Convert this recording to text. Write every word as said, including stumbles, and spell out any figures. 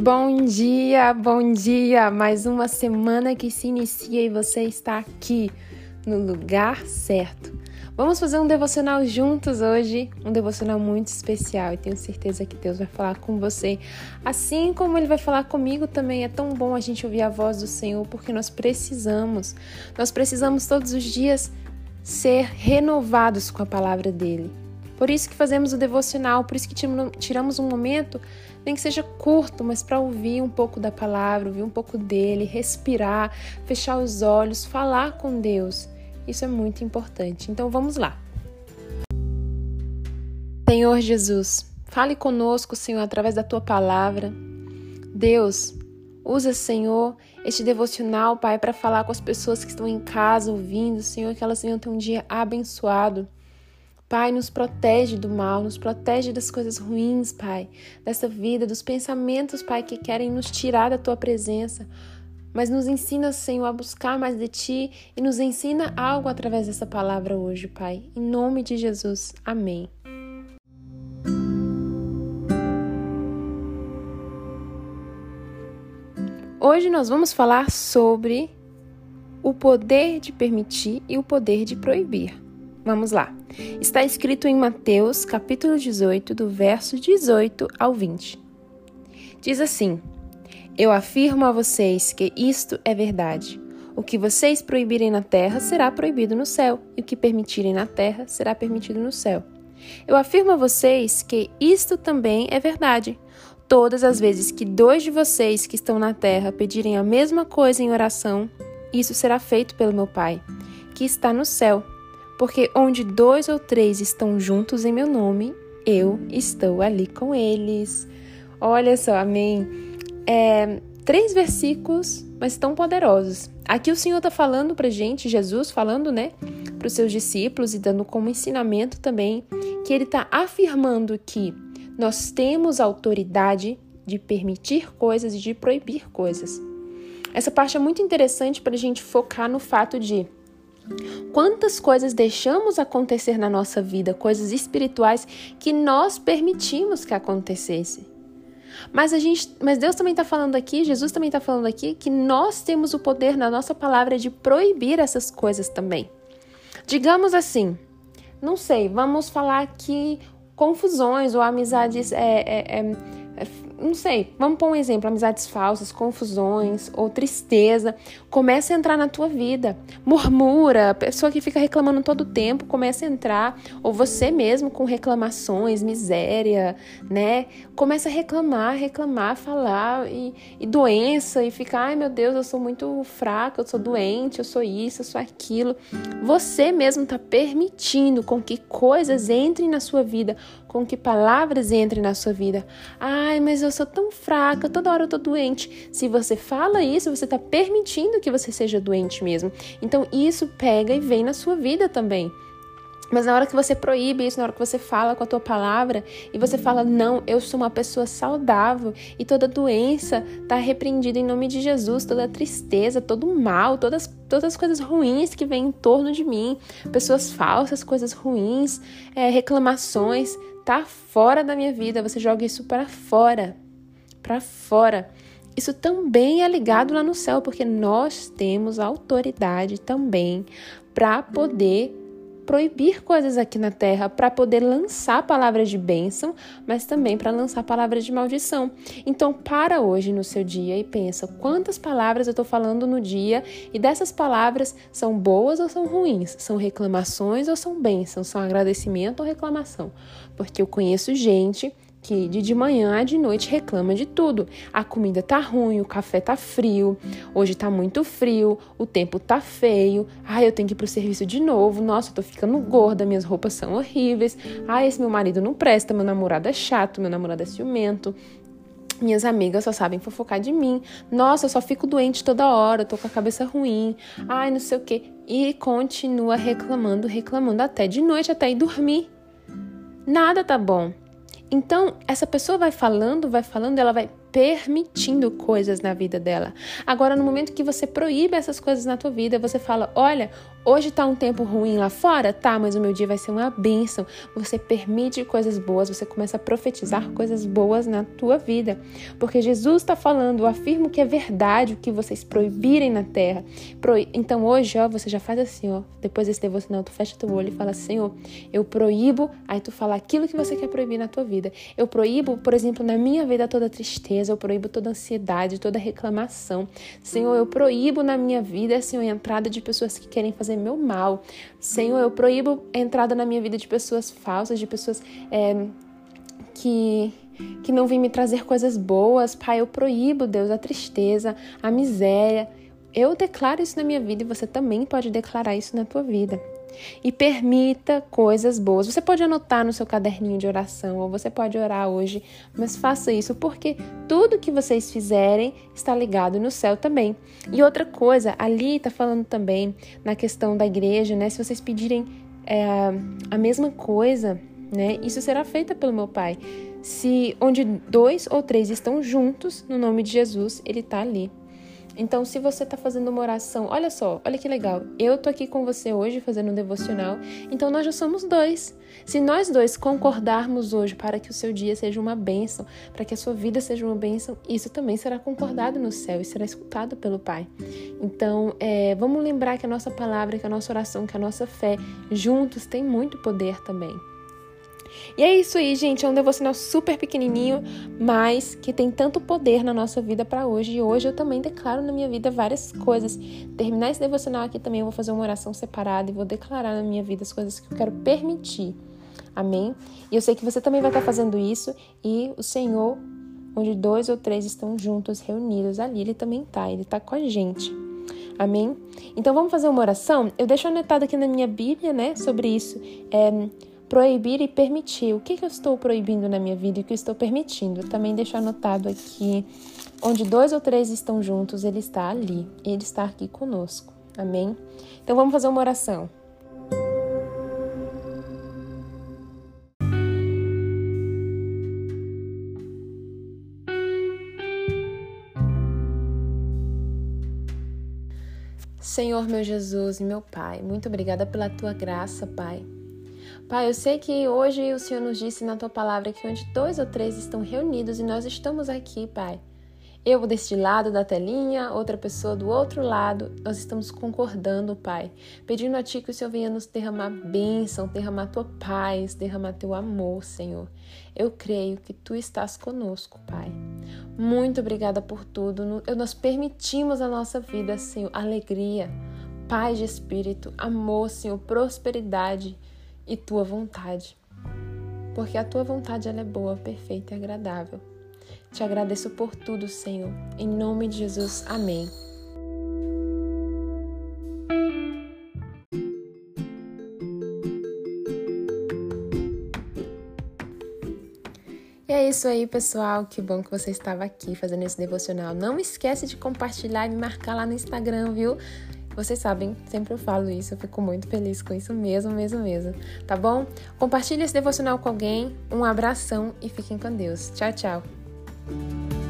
Bom dia, bom dia! Mais uma semana que se inicia e você está aqui no lugar certo. Vamos fazer um devocional juntos hoje, um devocional muito especial e tenho certeza que Deus vai falar com você, assim como Ele vai falar comigo também. É tão bom a gente ouvir a voz do Senhor, porque nós precisamos, nós precisamos todos os dias ser renovados com a palavra dEle. Por isso que fazemos o devocional, por isso que tiramos um momento, nem que seja curto, mas para ouvir um pouco da palavra, ouvir um pouco dele, respirar, fechar os olhos, falar com Deus. Isso é muito importante. Então vamos lá. Senhor Jesus, fale conosco, Senhor, através da Tua palavra. Deus, usa, Senhor, este devocional, Pai, para falar com as pessoas que estão em casa ouvindo, Senhor, que elas venham ter um dia abençoado. Pai, nos protege do mal, nos protege das coisas ruins, Pai, dessa vida, dos pensamentos, Pai, que querem nos tirar da Tua presença. Mas nos ensina, Senhor, a buscar mais de Ti e nos ensina algo através dessa palavra hoje, Pai. Em nome de Jesus. Amém. Hoje nós vamos falar sobre o poder de permitir e o poder de proibir. Vamos lá. Está escrito em Mateus, capítulo dezoito, do verso dezoito ao vinte. Diz assim: Eu afirmo a vocês que isto é verdade. O que vocês proibirem na terra será proibido no céu, e o que permitirem na terra será permitido no céu. Eu afirmo a vocês que isto também é verdade. Todas as vezes que dois de vocês que estão na terra pedirem a mesma coisa em oração, isso será feito pelo meu Pai, que está no céu. Porque onde dois ou três estão juntos em meu nome, eu estou ali com eles. Olha só, amém. É, três versículos, mas tão poderosos. Aqui o Senhor está falando para a gente, Jesus falando, né, para os seus discípulos e dando como ensinamento também, que Ele está afirmando que nós temos autoridade de permitir coisas e de proibir coisas. Essa parte é muito interessante para a gente focar no fato de quantas coisas deixamos acontecer na nossa vida, coisas espirituais que nós permitimos que acontecessem. Mas, a gente, mas Deus também está falando aqui, Jesus também está falando aqui, que nós temos o poder na nossa palavra de proibir essas coisas também. Digamos assim, não sei, vamos falar aqui confusões ou amizades, é, é, é, é, não sei, vamos pôr um exemplo, amizades falsas, confusões ou tristeza, começa a entrar na tua vida, murmura, pessoa que fica reclamando todo o tempo, começa a entrar, ou você mesmo com reclamações, miséria, né, começa a reclamar, reclamar, falar, e, e doença, e fica, ai meu Deus, eu sou muito fraca, eu sou doente, eu sou isso, eu sou aquilo, você mesmo está permitindo com que coisas entrem na sua vida, com que palavras entrem na sua vida. Ai, mas eu sou tão fraca, toda hora eu tô doente. Se você fala isso, você tá permitindo que você seja doente mesmo. Então isso pega e vem na sua vida também. Mas na hora que você proíbe isso, na hora que você fala com a tua palavra e você fala, não, eu sou uma pessoa saudável e toda doença tá repreendida em nome de Jesus, toda tristeza, todo mal, todas, todas as coisas ruins que vêm em torno de mim, pessoas falsas, coisas ruins, é, reclamações, tá fora da minha vida, você joga isso para fora, para fora. Isso também é ligado lá no céu, porque nós temos autoridade também para poder proibir coisas aqui na terra, para poder lançar palavras de bênção, mas também para lançar palavras de maldição. Então, para hoje no seu dia e pensa quantas palavras eu estou falando no dia e dessas palavras são boas ou são ruins, são reclamações ou são bênçãos, são agradecimento ou reclamação. Porque eu conheço gente que de, de manhã a de noite reclama de tudo. A comida tá ruim, o café tá frio, hoje tá muito frio, o tempo tá feio, ai, eu tenho que ir pro serviço de novo, nossa, eu tô ficando gorda, minhas roupas são horríveis, ai, esse meu marido não presta, meu namorado é chato, meu namorado é ciumento, minhas amigas só sabem fofocar de mim, nossa, eu só fico doente toda hora, eu tô com a cabeça ruim, ai, não sei o quê, e continua reclamando, reclamando até de noite, até ir dormir. Nada tá bom. Então, essa pessoa vai falando, vai falando, ela vai permitindo coisas na vida dela. Agora, no momento que você proíbe essas coisas na tua vida, você fala, olha, hoje tá um tempo ruim lá fora? Tá, mas o meu dia vai ser uma bênção. Você permite coisas boas, você começa a profetizar coisas boas na tua vida. Porque Jesus está falando, eu afirmo que é verdade o que vocês proibirem na terra. Pro... Então hoje, ó, você já faz assim, ó, depois desse devocional, tu fecha teu olho e fala, Senhor, eu proíbo, aí tu fala aquilo que você quer proibir na tua vida. Eu proíbo, por exemplo, na minha vida toda tristeza, eu proíbo toda ansiedade, toda reclamação. Senhor, eu proíbo na minha vida, Senhor, a entrada de pessoas que querem fazer meu mal. Senhor, eu proíbo a entrada na minha vida de pessoas falsas, de pessoas é, que... que não vem me trazer coisas boas. Pai, eu proíbo, Deus, a tristeza, a miséria. Eu declaro isso na minha vida e você também pode declarar isso na tua vida. E permita coisas boas. Você pode anotar no seu caderninho de oração ou você pode orar hoje, mas faça isso porque tudo que vocês fizerem está ligado no céu também. E outra coisa, ali está falando também na questão da igreja, né? Se vocês pedirem é, a mesma coisa, né? Isso será feito pelo meu Pai. Se onde dois ou três estão juntos, no nome de Jesus, Ele está ali. Então, se você está fazendo uma oração, olha só, olha que legal, eu tô aqui com você hoje fazendo um devocional, então nós já somos dois. Se nós dois concordarmos hoje para que o seu dia seja uma bênção, para que a sua vida seja uma bênção, isso também será concordado no céu e será escutado pelo Pai. Então, é, vamos lembrar que a nossa palavra, que a nossa oração, que a nossa fé juntos tem muito poder também. E é isso aí, gente, é um devocional super pequenininho, mas que tem tanto poder na nossa vida para hoje. E hoje eu também declaro na minha vida várias coisas. Terminar esse devocional aqui também eu vou fazer uma oração separada e vou declarar na minha vida as coisas que eu quero permitir. Amém? E eu sei que você também vai estar fazendo isso e o Senhor, onde dois ou três estão juntos, reunidos ali, Ele também está, Ele está com a gente. Amém? Então vamos fazer uma oração? Eu deixo anotado aqui na minha Bíblia, né, sobre isso. É... Proibir e permitir. O que, que eu estou proibindo na minha vida e o que eu estou permitindo? Eu também deixo anotado aqui. Onde dois ou três estão juntos, Ele está ali. Ele está aqui conosco. Amém? Então vamos fazer uma oração. Senhor, meu Jesus e meu Pai, muito obrigada pela Tua graça, Pai. Pai, eu sei que hoje o Senhor nos disse na Tua palavra que onde dois ou três estão reunidos e nós estamos aqui, Pai. Eu deste lado da telinha, outra pessoa do outro lado, nós estamos concordando, Pai, pedindo a Ti que o Senhor venha nos derramar bênção, derramar Tua paz, derramar Teu amor, Senhor. Eu creio que Tu estás conosco, Pai. Muito obrigada por tudo. Nós permitimos a nossa vida, Senhor, alegria, paz de espírito, amor, Senhor, prosperidade e Tua vontade. Porque a Tua vontade ela é boa, perfeita e agradável. Te agradeço por tudo, Senhor. Em nome de Jesus, amém. E é isso aí, pessoal. Que bom que você estava aqui fazendo esse devocional. Não esquece de compartilhar e me marcar lá no Instagram, viu? Vocês sabem, sempre eu falo isso, eu fico muito feliz com isso mesmo, mesmo, mesmo. Tá bom? Compartilhe esse devocional com alguém, um abração e fiquem com Deus. Tchau, tchau.